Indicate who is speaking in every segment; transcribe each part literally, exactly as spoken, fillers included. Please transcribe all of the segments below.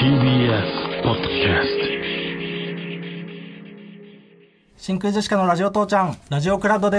Speaker 1: ティービーエス ポッドキャスト。
Speaker 2: 真空ジェシカのラジオ父ちゃん、ラジオクラウドです。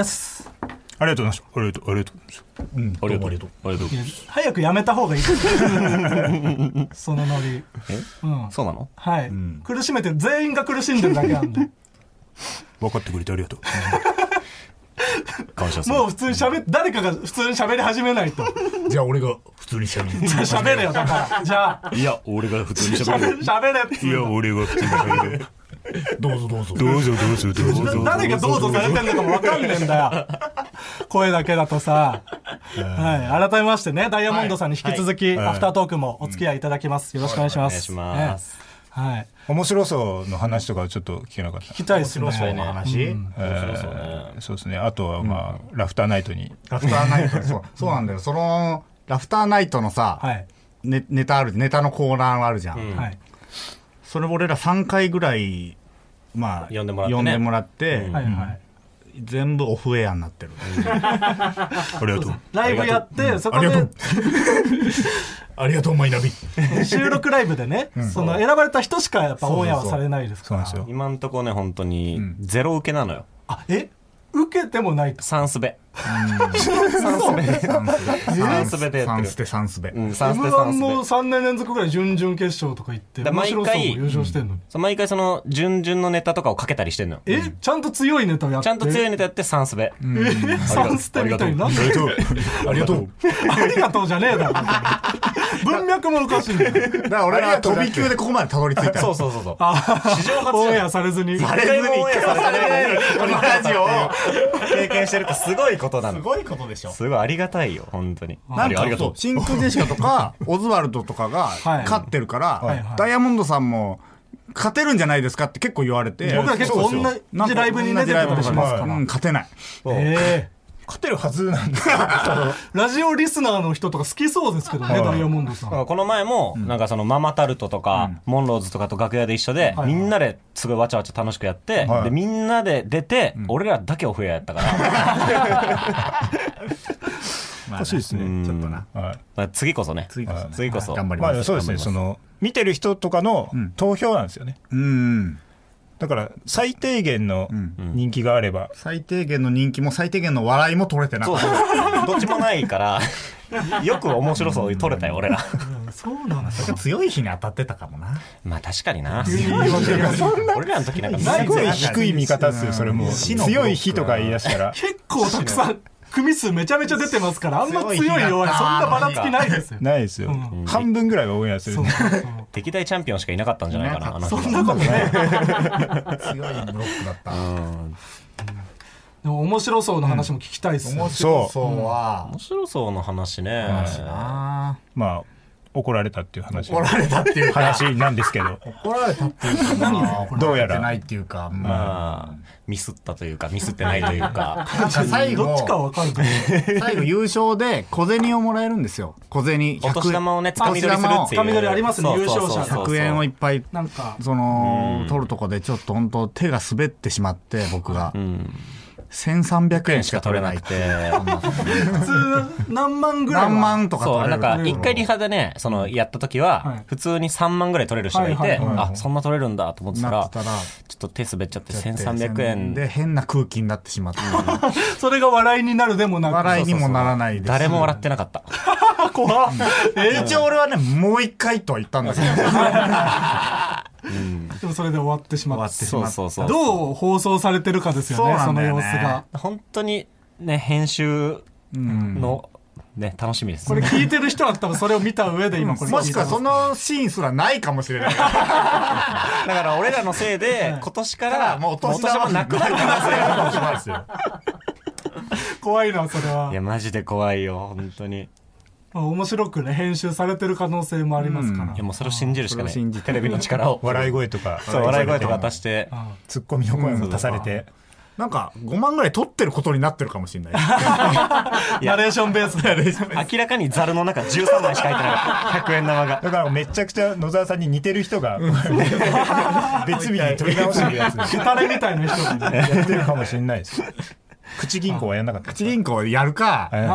Speaker 3: ありがとうございます。ありがとう、ありがとうございます。
Speaker 4: うん、
Speaker 3: ありがとう、ありがとう、ありがとう。
Speaker 2: 早くやめた方がいいそのノリ。
Speaker 4: え、うん、そうなの？
Speaker 2: はい、うん、苦しめて全員が苦しんでるだけなんで
Speaker 3: 分かってくれてありがとう
Speaker 4: 感謝する。
Speaker 2: もう普通に喋誰かが普通に喋り始めないと
Speaker 3: じゃあ俺が普通に喋る
Speaker 2: 喋れよだからじゃあ
Speaker 4: いや俺が普通に喋る
Speaker 2: 喋れって
Speaker 3: いや俺が普通に喋る
Speaker 4: どうぞどうぞ
Speaker 3: どうぞどうぞどうぞどうぞ
Speaker 2: 誰がどうぞされてんのかも分かんねえんだよ声だけだとさはい、改めましてねダイヤモンドさんに引き続き、はい、アフタートークもお付き合いいただきます、よろしくお願いします。
Speaker 4: お願いします、
Speaker 2: ね、はい、
Speaker 3: 面白そうの話とかちょっと聞けなかった。
Speaker 2: 聞きたいですね。
Speaker 4: 面白そうな話、うん、
Speaker 3: えー、そうですね。あとはまあ、うん、ラフターナイトに
Speaker 5: ラフターナイトそうそうなんだよ。そのラフターナイトのさ、はい、ネ, ネタあるネタのコーナーあるじゃん、うん、はい、それ俺らさんかいぐらいまあ
Speaker 4: 呼んでもらって、ね、
Speaker 5: 呼んでもらって、
Speaker 2: うん、はいはい、
Speaker 5: 全部オフエアになってる、
Speaker 3: うん、ありがとう。
Speaker 2: ライブやって、うん、そこで
Speaker 3: ありがとうありがとうマイナビ
Speaker 2: 収録ライブでね、うん、その選ばれた人しかやっぱオンエアはされないですから。
Speaker 3: そうそうそう、
Speaker 4: 今んとこね本当にゼロ受けなのよ、
Speaker 2: うん、あえ受けてもないと
Speaker 4: サンスベサンスベサンスベでやってる。
Speaker 5: サンステサンスベ、
Speaker 2: うん、サンステサンスベ エムワン もさんねん連続ぐらい準々決勝とか行って面白そう優勝してんのに、
Speaker 4: うん、毎回その準々のネタとかをかけたりしてんのよ。
Speaker 2: え、うん、ちゃんと強いネタをやって
Speaker 4: ちゃんと強いネタやってサンスベ、
Speaker 2: うん、えー、サンステみたいなありがとう
Speaker 3: ありがとう
Speaker 2: ありがとうじゃねえだろ文脈もおかしいんだよ。
Speaker 5: だから俺ら飛び級でここまでたどり着いた。
Speaker 4: そうそうそうそう。
Speaker 2: 史上初オンエアされずに
Speaker 4: されずにオンエアされないのにこのラジオを経験してるってすごいことなの。
Speaker 5: すごいことでしょ。
Speaker 4: すごいありがたいよ本当に。
Speaker 5: なんかそう真空ジェシカとかオズワルドとかが勝ってるから、はいはいはい、ダイヤモンドさんも勝てるんじゃないですかって結構言われて、
Speaker 2: 僕ら結構同じライブにね出てたりしますから、
Speaker 5: うん、勝てない。
Speaker 2: えー
Speaker 3: 勝てるはずなんですよ
Speaker 2: ラジオリスナーの人とか好きそうですけどね、ダイヤモンドさん。
Speaker 4: この前も、うん、なんかそのママタルトとか、うん、モンローズとかと楽屋で一緒で、はい、みんなですごいわちゃわちゃ楽しくやって、はい、でみんなで出て、うん、俺らだけオフエアやったから
Speaker 3: おかしいですね、
Speaker 5: ちょっとな、
Speaker 4: はい、次こそね
Speaker 5: 次こそ、ね、
Speaker 4: 次こそ、
Speaker 5: はい、頑張ります。
Speaker 3: まあ、そうですね、その見てる人とかの投票なんですよね、
Speaker 5: うん、うん
Speaker 3: だから最低限の人気があれば、うん、
Speaker 5: 最低限の人気も最低限の笑いも取れてなかった。
Speaker 4: そうどっちもないからよく面白そうに取れたよ俺ら、
Speaker 2: うん、そうなんです
Speaker 5: よ。強い日に当たってたかもな。
Speaker 4: まあ確かにな
Speaker 3: 俺らの時なんかすごい低い見方っすよそれも。強い日とか言い出したら
Speaker 2: 結構たくさん組数めちゃめちゃ出てますから、あんま強い弱いそんなばらつきないですよ。
Speaker 3: ないですよ、うん、半分ぐらいはオンエアする、ね、
Speaker 4: 歴代チャンピオンしかいなかったんじゃないかな、あの
Speaker 2: そんなことね強いブロ
Speaker 5: ックだった、うん、
Speaker 2: でも面白そうな話も聞きたいです、ね、
Speaker 5: 面白そうは、
Speaker 4: うん、面白そうな話ね、
Speaker 5: 話な。
Speaker 3: まあ怒られたっていう話
Speaker 5: 怒られたっていう
Speaker 3: 話なんですけど
Speaker 5: 怒られたっていうか何
Speaker 3: どうやら
Speaker 5: ないっていうか、
Speaker 4: まあミスったというかミスってないというか
Speaker 5: 最後
Speaker 2: どっちかわかるけど
Speaker 5: 最後優勝で小銭をもらえるんですよ。小銭
Speaker 4: お年玉をねつかみ取りするっていう
Speaker 2: つかみ取りありますね。優勝者
Speaker 5: ひゃくえんをいっぱいなんかその取るとこでちょっと本当手が滑ってしまって僕が、うん、せんさんびゃくえんしか取れなくて
Speaker 2: 普通何万ぐらいは
Speaker 5: 何万とか取れる。
Speaker 4: そうなんか一回リハでねそのやった時は普通にさんまんぐらい取れる人がいて、はいはいはいはい、あそんな取れるんだと思ってた ら, たらちょっと手滑っちゃってせんさんびゃくえん
Speaker 5: で変な空気になってしまって
Speaker 2: それが笑いになるでもなく
Speaker 5: 笑いにもならないです。
Speaker 4: 誰も笑ってなかった
Speaker 2: 怖っ、
Speaker 5: えー、一応俺はねもう一回とは言ったんだけど
Speaker 2: うん、でもそれで終わってしまって
Speaker 4: そうそうそう
Speaker 2: どう放送されてるかですよ ね, そ, その様子が
Speaker 4: 本当にね編集の、うんね、楽しみです、
Speaker 2: ね、これ聞いてる人は多分それを見た上で今これ、
Speaker 5: うん、もしくはそのシーンすらないかもしれないだ
Speaker 4: から俺らのせいで今年からもうお年玉なくなる可能性があるかもしれないですよ
Speaker 2: 怖いなそれは。
Speaker 4: いやマジで怖いよ本当に。
Speaker 2: 面白くね編集されてる可能性もありますから、うん、
Speaker 4: いやもうそれを信じるしかない。テレビの力を
Speaker 3: 笑い声とか
Speaker 4: そう笑い声とか足して
Speaker 3: ツッコミの声も足されて、
Speaker 5: うん、なんかごまんぐらい取ってることになってるかもしれない
Speaker 2: ナレーションベースで
Speaker 4: 明らかにザルの中じゅうさんまいしか入ってないひゃくえん玉が。
Speaker 3: だからめちゃくちゃ野沢さんに似てる人が別日に取り直してるやつ
Speaker 2: シュタレみたいな人が、
Speaker 3: ね、やってるかもしれないです。口銀行はやんなかった。
Speaker 5: 口銀行やるか、
Speaker 2: まあ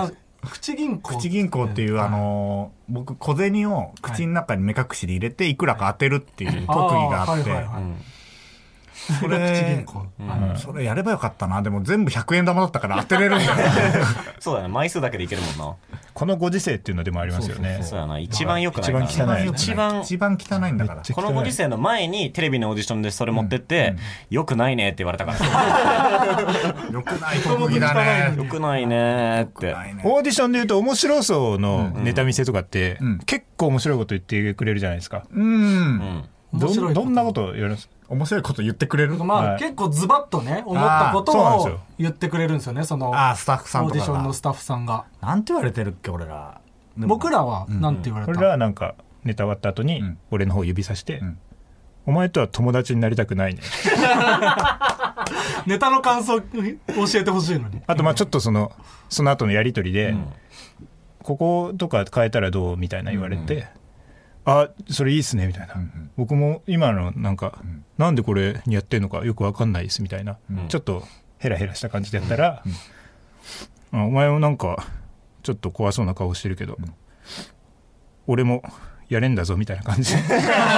Speaker 2: 口銀行
Speaker 5: 口銀行っていう、あのー、僕小銭を口の中に目隠しで入れていくらか当てるっていう特技があって、それ
Speaker 2: 口銀行、
Speaker 5: うん、それやればよかったな。でも全部ひゃくえん玉だったから当てれるんだよね。
Speaker 4: そうだね、枚数だけでいけるもんな。
Speaker 3: このご時世っていうのでもありますよね。
Speaker 4: そうやな、一番良くないから、
Speaker 3: 一番汚い
Speaker 4: 一番
Speaker 5: 一番汚いんだから。
Speaker 4: このご時世の前にテレビのオーディションでそれ持ってって、良くないねって言われたから。
Speaker 5: 良くない特技だね。
Speaker 4: 良くないねって。
Speaker 3: オーディションで言うと面白そうのネタ見せとかって結構面白いこと言ってくれるじゃないですか。
Speaker 5: うん。
Speaker 3: どどんなこと言われます？
Speaker 5: 面白いこと言ってくれる？
Speaker 2: まあ、はい、結構ズバッとね思ったことを言ってくれるんですよね。その
Speaker 5: あスタッフさんとか
Speaker 2: オーディションのスタッフさんが
Speaker 5: なんて言われてるっけ俺ら。
Speaker 2: 僕らはなんて言われた？
Speaker 3: うん、俺らはなんかネタ終わった後に俺の方指さして、うん、お前とは友達になりたくないね。
Speaker 2: ネタの感想教えてほしいのに。
Speaker 3: あとまあちょっとそのその後のやり取りで、うん、こことか変えたらどうみたいな言われて。うんうん、あそれいいっすねみたいな、うんうん、僕も今のなんか、うん、なんでこれにやってんのかよく分かんないですみたいな、うん、ちょっとヘラヘラした感じでやったら、うんうん、お前もなんかちょっと怖そうな顔してるけど、うん、俺もやれんだぞみたいな感じでその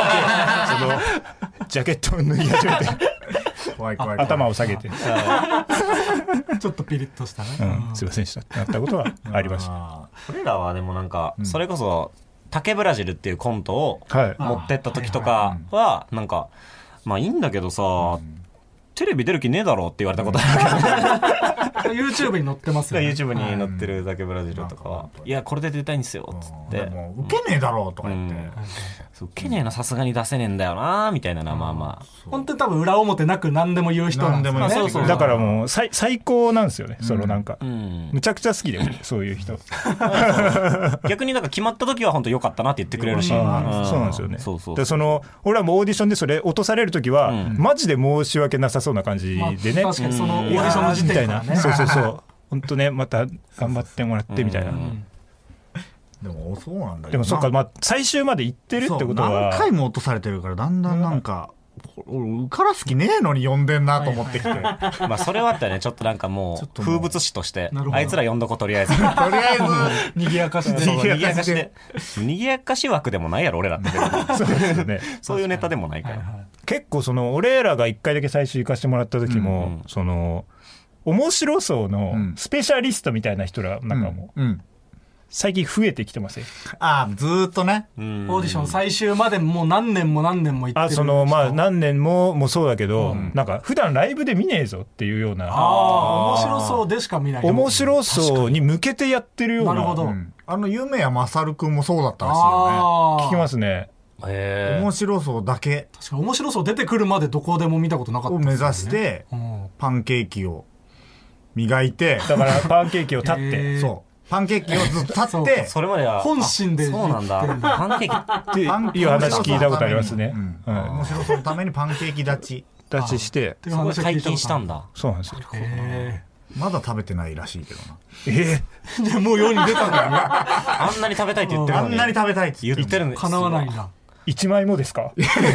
Speaker 3: ジャケットを脱ぎ始めて怖い怖い怖い頭を下げて
Speaker 2: ちょっとピリッとしたね、
Speaker 3: うん、すいませんでしたってなったことはありました。
Speaker 4: 俺らはでもなんかそれこそ、うん竹ブラジルっていうコントを持ってった時とかはなんかまあいいんだけどさ、テレビ出る気ねえだろって言われたことあるけど
Speaker 2: YouTube に載ってますよね。
Speaker 4: YouTube に載ってる竹ブラジルとかはいやこれで出たいんですよっつって
Speaker 5: もう受けねえだろとか言って、うん、
Speaker 4: そう受けねえのさすがに出せねえんだよなみたいなな、まあまあ
Speaker 2: 本当に多分裏表なく何でも言う人なんですよね。
Speaker 3: そうそうだからもう最最高なんですよね、うん、そのなんか、うん、むちゃくちゃ好きでそういう人
Speaker 4: 逆になんか決まった時は本当良かったなって言ってくれるし、うん
Speaker 3: うん、そうなんですよね。そうそうでその俺はもうオーディションでそれ落とされる時は、うん、マジで申し訳なさそうな感じでね、
Speaker 2: まあ、確かにそのオーディションの時点からね、
Speaker 3: そうそうそう本当ねまた頑張ってもらってみたいな、うん、
Speaker 5: でもそうなんだけど
Speaker 3: でもそうか、まあ、最終まで行ってるってことは
Speaker 5: 何回も落とされてるからだんだんなんか、うん、受からす気ねえのに呼んでんなと思ってきて、はいはい、
Speaker 4: まあそれはあったらねちょっとなんかもう風物詩としてあいつら呼んどことりあえずとり
Speaker 5: あえず
Speaker 2: にぎやかしで
Speaker 4: にぎやかしでにぎやかし枠でもないやろ俺らってそうですよねそういうネタでもないから、はいはい、
Speaker 3: 結構その俺らがいっかいだけ最終行かせてもらった時も、うんうん、その面白そうのスペシャリストみたいな人らなんかもう、うんうん最近増えてきてますよ。
Speaker 5: ああずーっとね
Speaker 2: オーディション最終までもう何年も何年も行ってる。
Speaker 3: あそのまあ何年ももそうだけど、うん、なんか普段ライブで見ねえぞっていうような
Speaker 2: ああ面白そうでしか見ない
Speaker 3: 面白そうに向けてやってるような。
Speaker 2: なるほど、
Speaker 5: うん、あの夢やまさるくんもそうだったらしいよね。
Speaker 3: 聞きますね。
Speaker 5: へ面白そうだけ
Speaker 2: 確か面白そう出てくるまでどこでも見たことなかった
Speaker 5: を目指してパンケーキを磨いて
Speaker 3: だからパンケーキを立って
Speaker 5: そうパンケーキをずっと立って
Speaker 4: それまでは
Speaker 2: 本心で
Speaker 4: そうなんだパンケーキ
Speaker 3: っていう話聞いたことありますね、うん
Speaker 5: うん、面白そうのためにパンケーキ立ち
Speaker 3: 立ちして
Speaker 4: すごい解禁したんだ。
Speaker 3: そうなんですよ。
Speaker 5: まだ食べてないらしいけどな。
Speaker 3: え
Speaker 2: ー、でもう世に出たんだよね
Speaker 4: あんなに食べたいって言ってるのに
Speaker 5: あんなに食べたいって
Speaker 4: 言ってるのに
Speaker 2: 叶わないんだ。
Speaker 3: 一枚もですか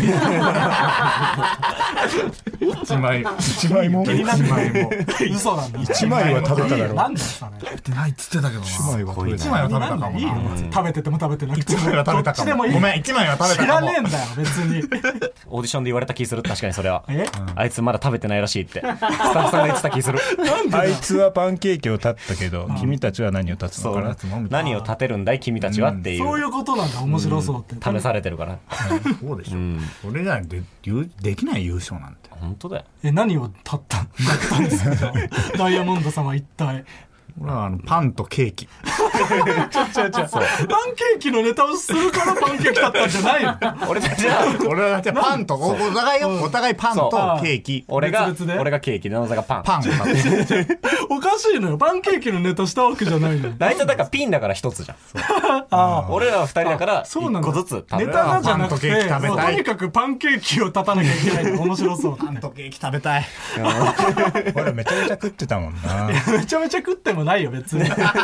Speaker 5: 一枚
Speaker 3: 一枚も
Speaker 5: 一枚も
Speaker 2: 嘘なんだ。
Speaker 3: 一枚は食べただろう。
Speaker 2: なんだそれ
Speaker 5: 食べてないっつってたけどな。
Speaker 3: 一枚は食べ
Speaker 5: 一枚は食べたかもな。
Speaker 2: いいよ食べてても食べてなくても
Speaker 5: 一枚は食べたかも。ごめん一枚は食べたかも。
Speaker 2: 知らねえんだよ別に
Speaker 4: オーディションで言われた気する。確かにそれはえ、うん、あいつまだ食べてないらしいってスタッフさんが言ってた気する
Speaker 3: あいつはパンケーキを立ったけど、うん、君たちは何を立つのかな。
Speaker 4: 何を立てるんだい君たちはっていう、
Speaker 2: うん、そういうことなんだ。面白そうって、
Speaker 4: うん、試されてるから、
Speaker 5: うん、そうでしょ、うん、俺じゃでできない優勝なんて。
Speaker 4: 本当だよ。
Speaker 2: え何を立ったんですかダイヤモンド様一体。
Speaker 5: 俺はあのパンとケーキち
Speaker 2: ょちょちょパンケーキのネタをするからパンケーキだったんじゃないの俺たちは
Speaker 5: 俺たちはパンとお互いよお互いパンとケーキ。
Speaker 4: 俺が俺がケーキで野沢がパン
Speaker 5: パン
Speaker 2: おかしいのよ。パンケーキのネタしたわけじゃないのよ。
Speaker 4: 大体だからピンだから一つじゃんあ俺らは二人だから一個ずつ
Speaker 2: ネタがじゃなくてとにかくパンケーキを立たなきゃいけないの面白そう。
Speaker 5: パンとケーキ食べたい
Speaker 3: 俺めちゃめちゃ食ってたもんな
Speaker 2: めちゃめちゃ食ってもないよ別にめちゃ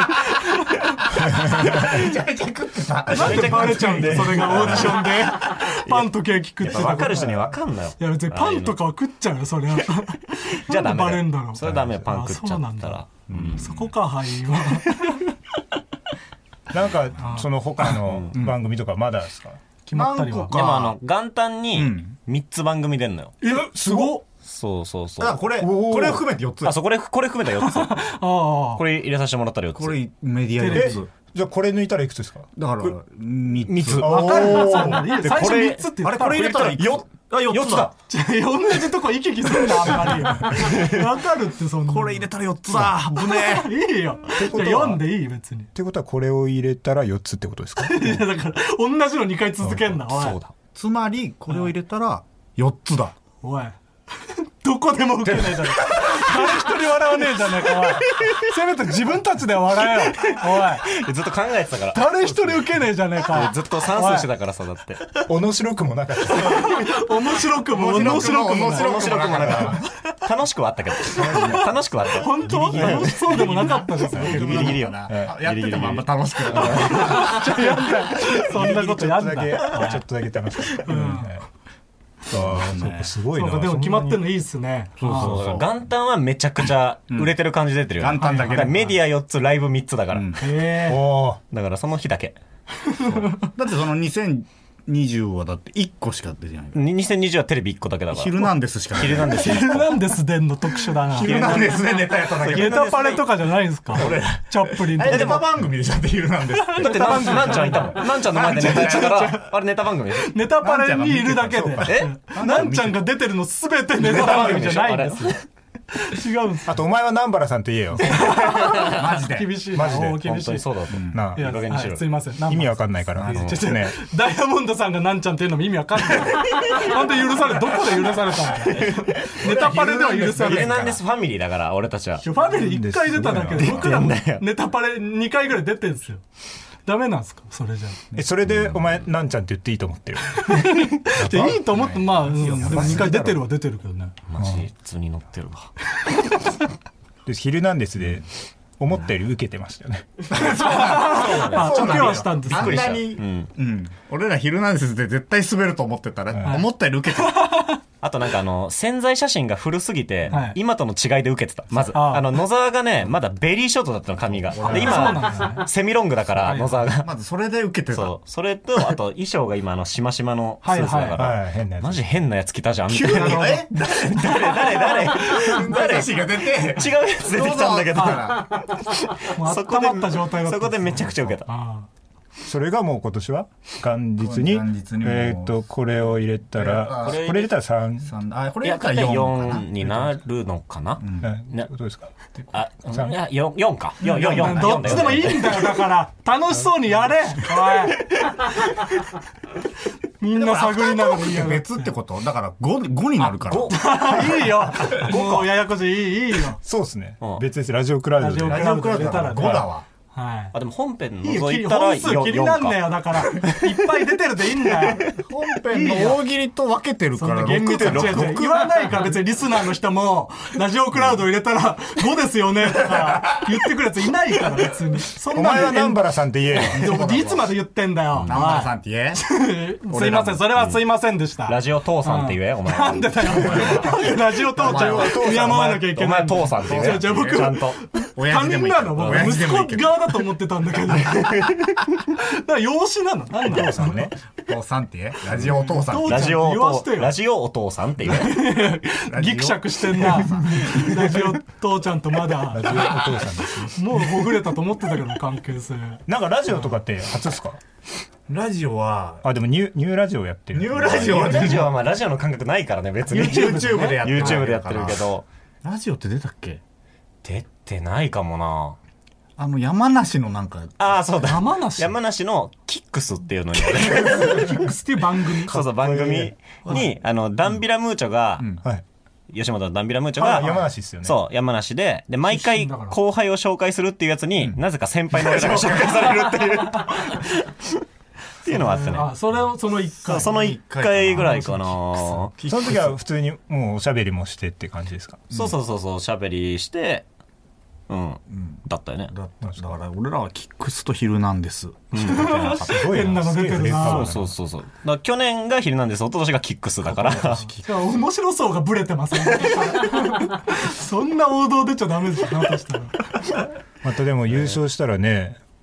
Speaker 5: めちゃ食ってた。
Speaker 2: なんでバレちゃうんだよそれがオーディションでパンとケーキ食ってた。
Speaker 4: 分かる人に分かんないよ。
Speaker 2: いや別にパンとかは食っちゃうよそれは
Speaker 4: じゃあダメ
Speaker 2: バレんだろう。
Speaker 4: それダメ。パン食っちゃったら、
Speaker 2: うん、そこかはいは
Speaker 3: なんかその他の番組とかまだですか？
Speaker 2: 決まったりは。
Speaker 4: でもあの元旦にみっつ番組出んのよ。
Speaker 2: え、すごっ。
Speaker 4: そうそうそう。
Speaker 5: だからこれこれ含めてよっつ。
Speaker 4: あ、そう、これこれ含めたよっつ。
Speaker 2: ああ。
Speaker 4: これ入れさせてもらったらよっつ。
Speaker 5: これメディアよっつ。
Speaker 3: じゃあこれ抜いたらいくつですか？
Speaker 5: だからみっつ。
Speaker 2: わかるな、そんな。最初
Speaker 5: これ
Speaker 2: みっつって言ったら。
Speaker 5: あれこれ入れたらよあよっつだ。
Speaker 2: 同じとこ行き来するな、あんまり。わかるって、そんな。
Speaker 5: これ入れたらよっつだ。ぶね
Speaker 2: え。いいよ。読んでいい別に。
Speaker 3: ってことはこれを入れたらよっつってことですか？
Speaker 2: いや、だから、同じのにかい続けんな、おい。
Speaker 4: そうだ。
Speaker 5: つまりこれを入れたらよっつだ。
Speaker 2: おい。どこでも受けないじゃねえか。誰一人笑わねえじゃねえか、おい。せめて自分たちで笑えよ。お
Speaker 4: い。ずっと考えてたから。
Speaker 2: 誰一人受けねえじゃねえか。
Speaker 4: ずっと算数してたからさ、だって。
Speaker 3: 面白くもなかった。
Speaker 2: 面白くも、面白くも、
Speaker 4: 面白くもなかった。楽しくはあったけど。楽しくはあった。
Speaker 2: 本当？楽しそうでもなかったですよ。
Speaker 4: ギリギリよ。
Speaker 5: やっててもあんま楽しくない。
Speaker 2: そんなことやんな。
Speaker 3: ちょっとだけ楽しかった。ああ、そうか、すごいな。
Speaker 2: でも決まってんのいいっすね。
Speaker 4: そうそうそう。元旦はめちゃくちゃ売れてる感じ出てるよ。
Speaker 5: 元旦だけ。
Speaker 4: メディアよっつ、ライブみっつだから。へ
Speaker 2: え。
Speaker 4: だからその日だけ。
Speaker 5: だってそのにせんにじゅうはだっていっこしか出てない。
Speaker 4: にせんにじゅうはテレビいっこだけだから。
Speaker 5: ヒルナンデスしかない。
Speaker 4: ヒルナンデス。
Speaker 2: ヒルナンデスでんの特殊だな。
Speaker 5: ヒルナンデスでネタやっただけ。
Speaker 2: ネタパレとかじゃないんですか？チャップリンとか。
Speaker 5: ネタ番組でしょってヒルナンデス。
Speaker 4: だってなんちゃんいたもん。なんちゃんの前でネタやったから、あれネタ番組でしょ。
Speaker 2: ネタパレにいるだけで。え？なんちゃんが出てるのすべてネタ番組じゃないんですよ。違うんです。
Speaker 3: あとお前は南原さんって言えよ。
Speaker 5: マジで
Speaker 2: 厳しい。
Speaker 3: マジで
Speaker 4: 本当にそうだと。
Speaker 3: なあ、
Speaker 2: いや、すいません。
Speaker 3: 意味わかんないから。
Speaker 2: ちょっとね、ダイヤモンドさんがなんちゃんっていうのも意味わかんない。なんで許され、どこで許されたの？ネタパレでは許され
Speaker 4: ヒルナンデスファミリーだから、俺たちは。
Speaker 2: ファミリーいっかい出ただけで、僕らもネタパレにかいぐらい出てるんですよ。ダメなんですかそれじゃ。
Speaker 3: え、それでお前なんちゃんって言っていいと思ってる？
Speaker 2: じゃいいと思って、まあ、にかい出てるは出てるけどね。
Speaker 4: マジ図に乗ってるわ。
Speaker 3: でヒルナンデスで思ったより受けてましたよね。
Speaker 2: あ、受けはしたんです。
Speaker 5: あんなに、うん俺らヒルナンデスで絶対滑ると思ってたら、思ったより受けてた。
Speaker 4: あとなんかあの、潜在写真が古すぎて、今との違いで受けてた。まず。あの、野沢がね、まだベリーショートだったの、髪が。で、今、セミロングだから、野沢が。
Speaker 5: まずそれで受けてた。
Speaker 4: そう。それと、あと、衣装が今、あの、しましまのスーツだから、マジ変なやつ着たじゃん、みたいな。
Speaker 5: え
Speaker 4: 誰、誰、誰
Speaker 5: 誰写真が出て、
Speaker 4: 違うやつ出てきたんだけど。
Speaker 2: もう温まった状態だった。
Speaker 4: そこでめちゃくちゃ受けた。
Speaker 3: それがもう今年は元日に、えっと、これを入れたら、これ入れたらさん。
Speaker 5: あ、これ
Speaker 4: 入れたらよんになるのかな？
Speaker 3: どうですか？
Speaker 4: あ、いや、よん、よんか。よん、よん、よん。
Speaker 2: どっちでもいいんだよ、だから。楽しそうにやれ。おい。みんな探りながらいいや
Speaker 5: 別ってことだからご、ごになるから。
Speaker 2: いいよ。もうややこしい、いい、いいよ。
Speaker 3: そうですね。別です。ラジオクラウドで。
Speaker 2: ラジオクラウド出たら
Speaker 5: ごだわ。
Speaker 2: はい。
Speaker 4: あ、でも本編覗いたら
Speaker 2: 本数気になんねよ、だから。いっぱい出てるでいいんだよ。
Speaker 5: 本編の大喜利と分けてるから、
Speaker 2: 厳密に言わないから別にリスナーの人も、ラジオクラウド入れたらごですよねとか言ってくるやついないから別に。そんな
Speaker 3: お前は南原さんって言えよ。
Speaker 2: いつまで言ってんだよ。
Speaker 5: 南原さんって言え。
Speaker 2: すいません、それはすいませんでした。
Speaker 4: ラジオ父さんって言え、お前。
Speaker 2: なんでだよ、お前。ラジオ父ちゃんを敬わなきゃいけない。
Speaker 4: お前父さんって言え。
Speaker 2: じゃあ僕、
Speaker 4: ちゃんと。
Speaker 2: 他人なの？僕、息子側だと思ってたんだけど。だから養子なの？何なの？
Speaker 3: 父さんね。
Speaker 5: 父さんって言え。ラジオお父さん。
Speaker 4: ラジオお父ラジオお父さんって言え。
Speaker 2: ギクシャクしてんな。ラジオ父ちゃんとまだ。
Speaker 3: ラジオお父さんです。
Speaker 2: もうほぐれたと思ってたけど、関係性。
Speaker 3: なんかラジオとかって初っすか？
Speaker 5: ラジオは、
Speaker 3: あ、でもニュー、ニューラジオやってる。
Speaker 5: ニューラジオは、
Speaker 4: ラジオはまあラジオの感覚ないからね、別に。
Speaker 5: YouTube でやってる。
Speaker 4: YouTube でやってるけど。
Speaker 5: ラジオって出たっけ？
Speaker 4: 出てないかもな。
Speaker 5: あの、山梨のなんか。
Speaker 4: ああ、そうだ。
Speaker 2: 山梨
Speaker 4: 山梨のキックスっていうのに。キ
Speaker 2: ックスっていう番組。
Speaker 4: そうそう、番組に、あの、ダンビラムーチョが、吉本のダンビラムーチョが、
Speaker 3: 山梨ですよね。
Speaker 4: そう、山梨で、で、毎回後輩を紹介するっていうやつに、なぜか先輩の俺らが紹介されるっていう。っていうのはあってね。
Speaker 2: あ、それを、その一回。
Speaker 4: その一回ぐらいかな。
Speaker 3: その時は普通にもうおしゃべりもしてって感じですか？
Speaker 4: そうそうそうそう、おしゃべりして、うん。だったよね。
Speaker 5: だから俺らはキックスとヒルナンデス。
Speaker 3: すごい
Speaker 2: 変なの出てるな。
Speaker 4: そうそうそうそう。だから去年がヒルナンデス、一昨年がキックスだから。
Speaker 2: 面白そうがブレてますね。そんな王道出ちゃダメですよ、だとしたら。
Speaker 3: またでも優勝したらね、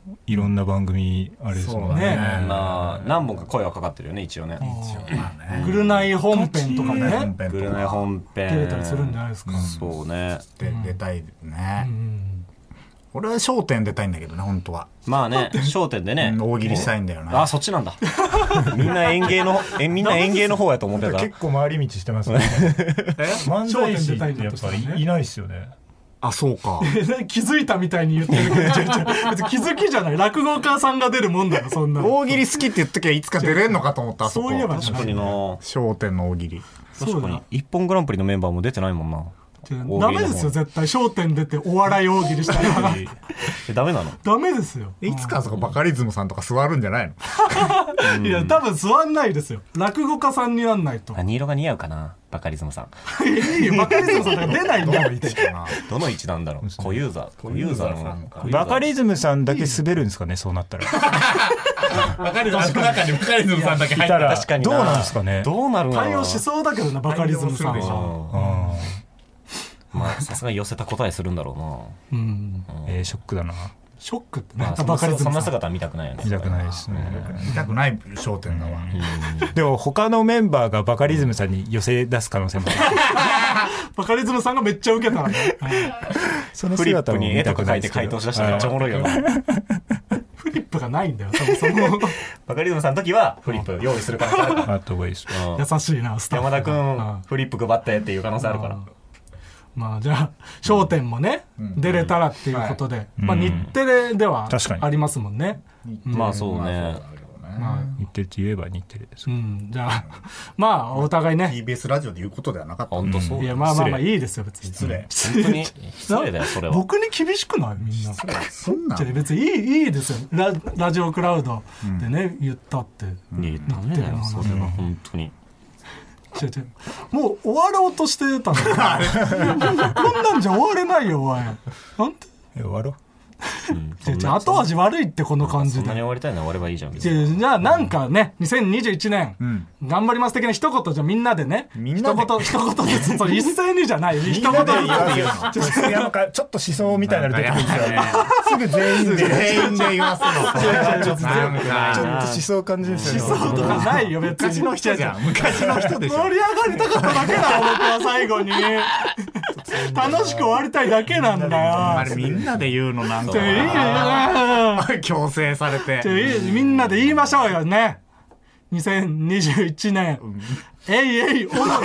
Speaker 3: いろんな番組あれですもんね。
Speaker 4: まあ何本か声はかかってるよね一応ね。
Speaker 2: グルナイ本編とかね
Speaker 4: グルナイ本編
Speaker 2: 出れたりするんじゃないですか。
Speaker 4: そうね。
Speaker 5: で出たいね。俺は笑点出たいんだけどね本当は。
Speaker 4: まあね笑点でね
Speaker 5: 大喜利したいんだよね。
Speaker 4: あそっちなんだ。みんな演芸のえみんな演芸の方やと思ってた。
Speaker 3: 結構回り道してますね。漫才師ってやっぱりいないっすよね。
Speaker 5: あ、そうか。
Speaker 2: 気づいたみたいに言ってるけど、別に気づきじゃない。落語家さんが出るもんだよ、そんな。
Speaker 5: 大喜利好きって言っときゃいつか出れんのかと思った、そこ。
Speaker 2: そういえば
Speaker 4: 確かにな。
Speaker 5: 笑点の大喜利。
Speaker 4: 確かに。一本グランプリのメンバーも出てないもんな。
Speaker 2: ダメですよ、絶対。笑点出てお笑い大喜利したら。
Speaker 4: ダメなの？
Speaker 2: ダメですよ。
Speaker 5: いつかそこバカリズムさんとか座るんじゃない
Speaker 2: の？いや、多分座んないですよ。落語家さんになんないと。
Speaker 4: 何色が似合うかな、バカリズムさん。
Speaker 2: いいよ、バカリズムさんとか出ないんだよ。
Speaker 4: どの位置なんだろう。小ユーザー。小ユーザーの。
Speaker 3: バカリズムさんだけ滑るんですかね、そうなったら。
Speaker 5: バカリズムさんの中にバカリズムさんだけ入ったら。
Speaker 3: 確かに。どうなんですかね。
Speaker 4: どうなるの？
Speaker 2: 対応しそうだけどな、バカリズムさんは。
Speaker 4: まあさすがに寄せた答えするんだろうな。うん。
Speaker 3: えー、ショックだな。
Speaker 2: ショックって
Speaker 4: ね。バカリズムさん。そんな姿は見たくないよね。
Speaker 3: 見たくないですね。
Speaker 5: 見たくない焦点だわ。
Speaker 3: でも他のメンバーがバカリズムさんに寄せ出す可能性もある。
Speaker 2: バカリズムさんがめっちゃ受けたらね。
Speaker 3: その
Speaker 4: フリップに絵とか書いて回答しだしたらめっちゃおもろいよな。
Speaker 2: フリップがないんだよ、そもそも。
Speaker 4: バカリズムさんの時はフリップ用意する可能性あるから。
Speaker 3: あった方がいいです。
Speaker 2: 優しいな、スタッフ。
Speaker 4: 山田くん、フリップ配ってっていう可能性あるから。
Speaker 2: まあじゃあ『笑点』もね、うん、出れたらっていうことで、はい、まあ日テレではありますもんね。
Speaker 4: うん、まあそうね。
Speaker 3: まあ、日テレといえば日テレです。
Speaker 2: うん、じゃあまあお互いね
Speaker 5: ティービーエス ラジオで言うことではなかった。
Speaker 4: 本当そう。
Speaker 2: いやまあまあまあいいですよ別に。
Speaker 5: 失礼。
Speaker 4: 本当に失礼だよそれは。
Speaker 2: 僕に厳しくないみんな。
Speaker 5: そんな。
Speaker 2: 別にいいいいですよ。ララジオクラウドでね、うん、言ったって。
Speaker 4: いやダメだよそれは本当に。
Speaker 2: 違う違うもう終わろうとしてたんだよ。こんなんじゃ終われないよお前。なんて
Speaker 3: 終わろう。
Speaker 2: うん、後味悪いってこの感じで。
Speaker 4: そんなに終わりたいのは終わればいいじゃん。
Speaker 2: じゃあなんかね、にせんにじゅういちねん、うん、頑張ります的な一言じゃみんなでね、みんなで一言一言ずつ、それ一斉にじゃないよ。一言ず
Speaker 3: つ。なんかちょっと思想みたいなの出てくるんですよね。すぐ全員で
Speaker 5: 全員で言わすの。
Speaker 3: ちょっと思想感じですよね。
Speaker 2: 思想とかないよ別に。
Speaker 5: 昔の人じゃん。昔の人でしょ。
Speaker 2: 盛り上がりたかっただけだよ僕は最後に。楽しく終わりたいだけなんだよ。
Speaker 5: あれみんなで言うのなんか。強制されて
Speaker 2: みんなで言いましょうよね。にせんにじゅういちねん、うん、えいえいおの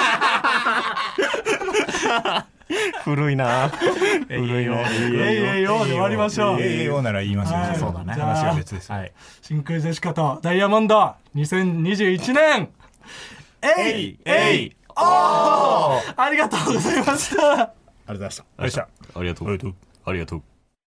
Speaker 4: 古いな。
Speaker 2: 古いよ。えいえいおで終わりましょう。
Speaker 3: えいえいおなら言いますよね。そうだね。話は別です。
Speaker 2: 真空ジェシカとダイヤモンドにせんにじゅういちねんえいえいおありがとうございました。
Speaker 5: ありがとうございました。
Speaker 3: ありがとう。
Speaker 4: ありがとう。ありがとう。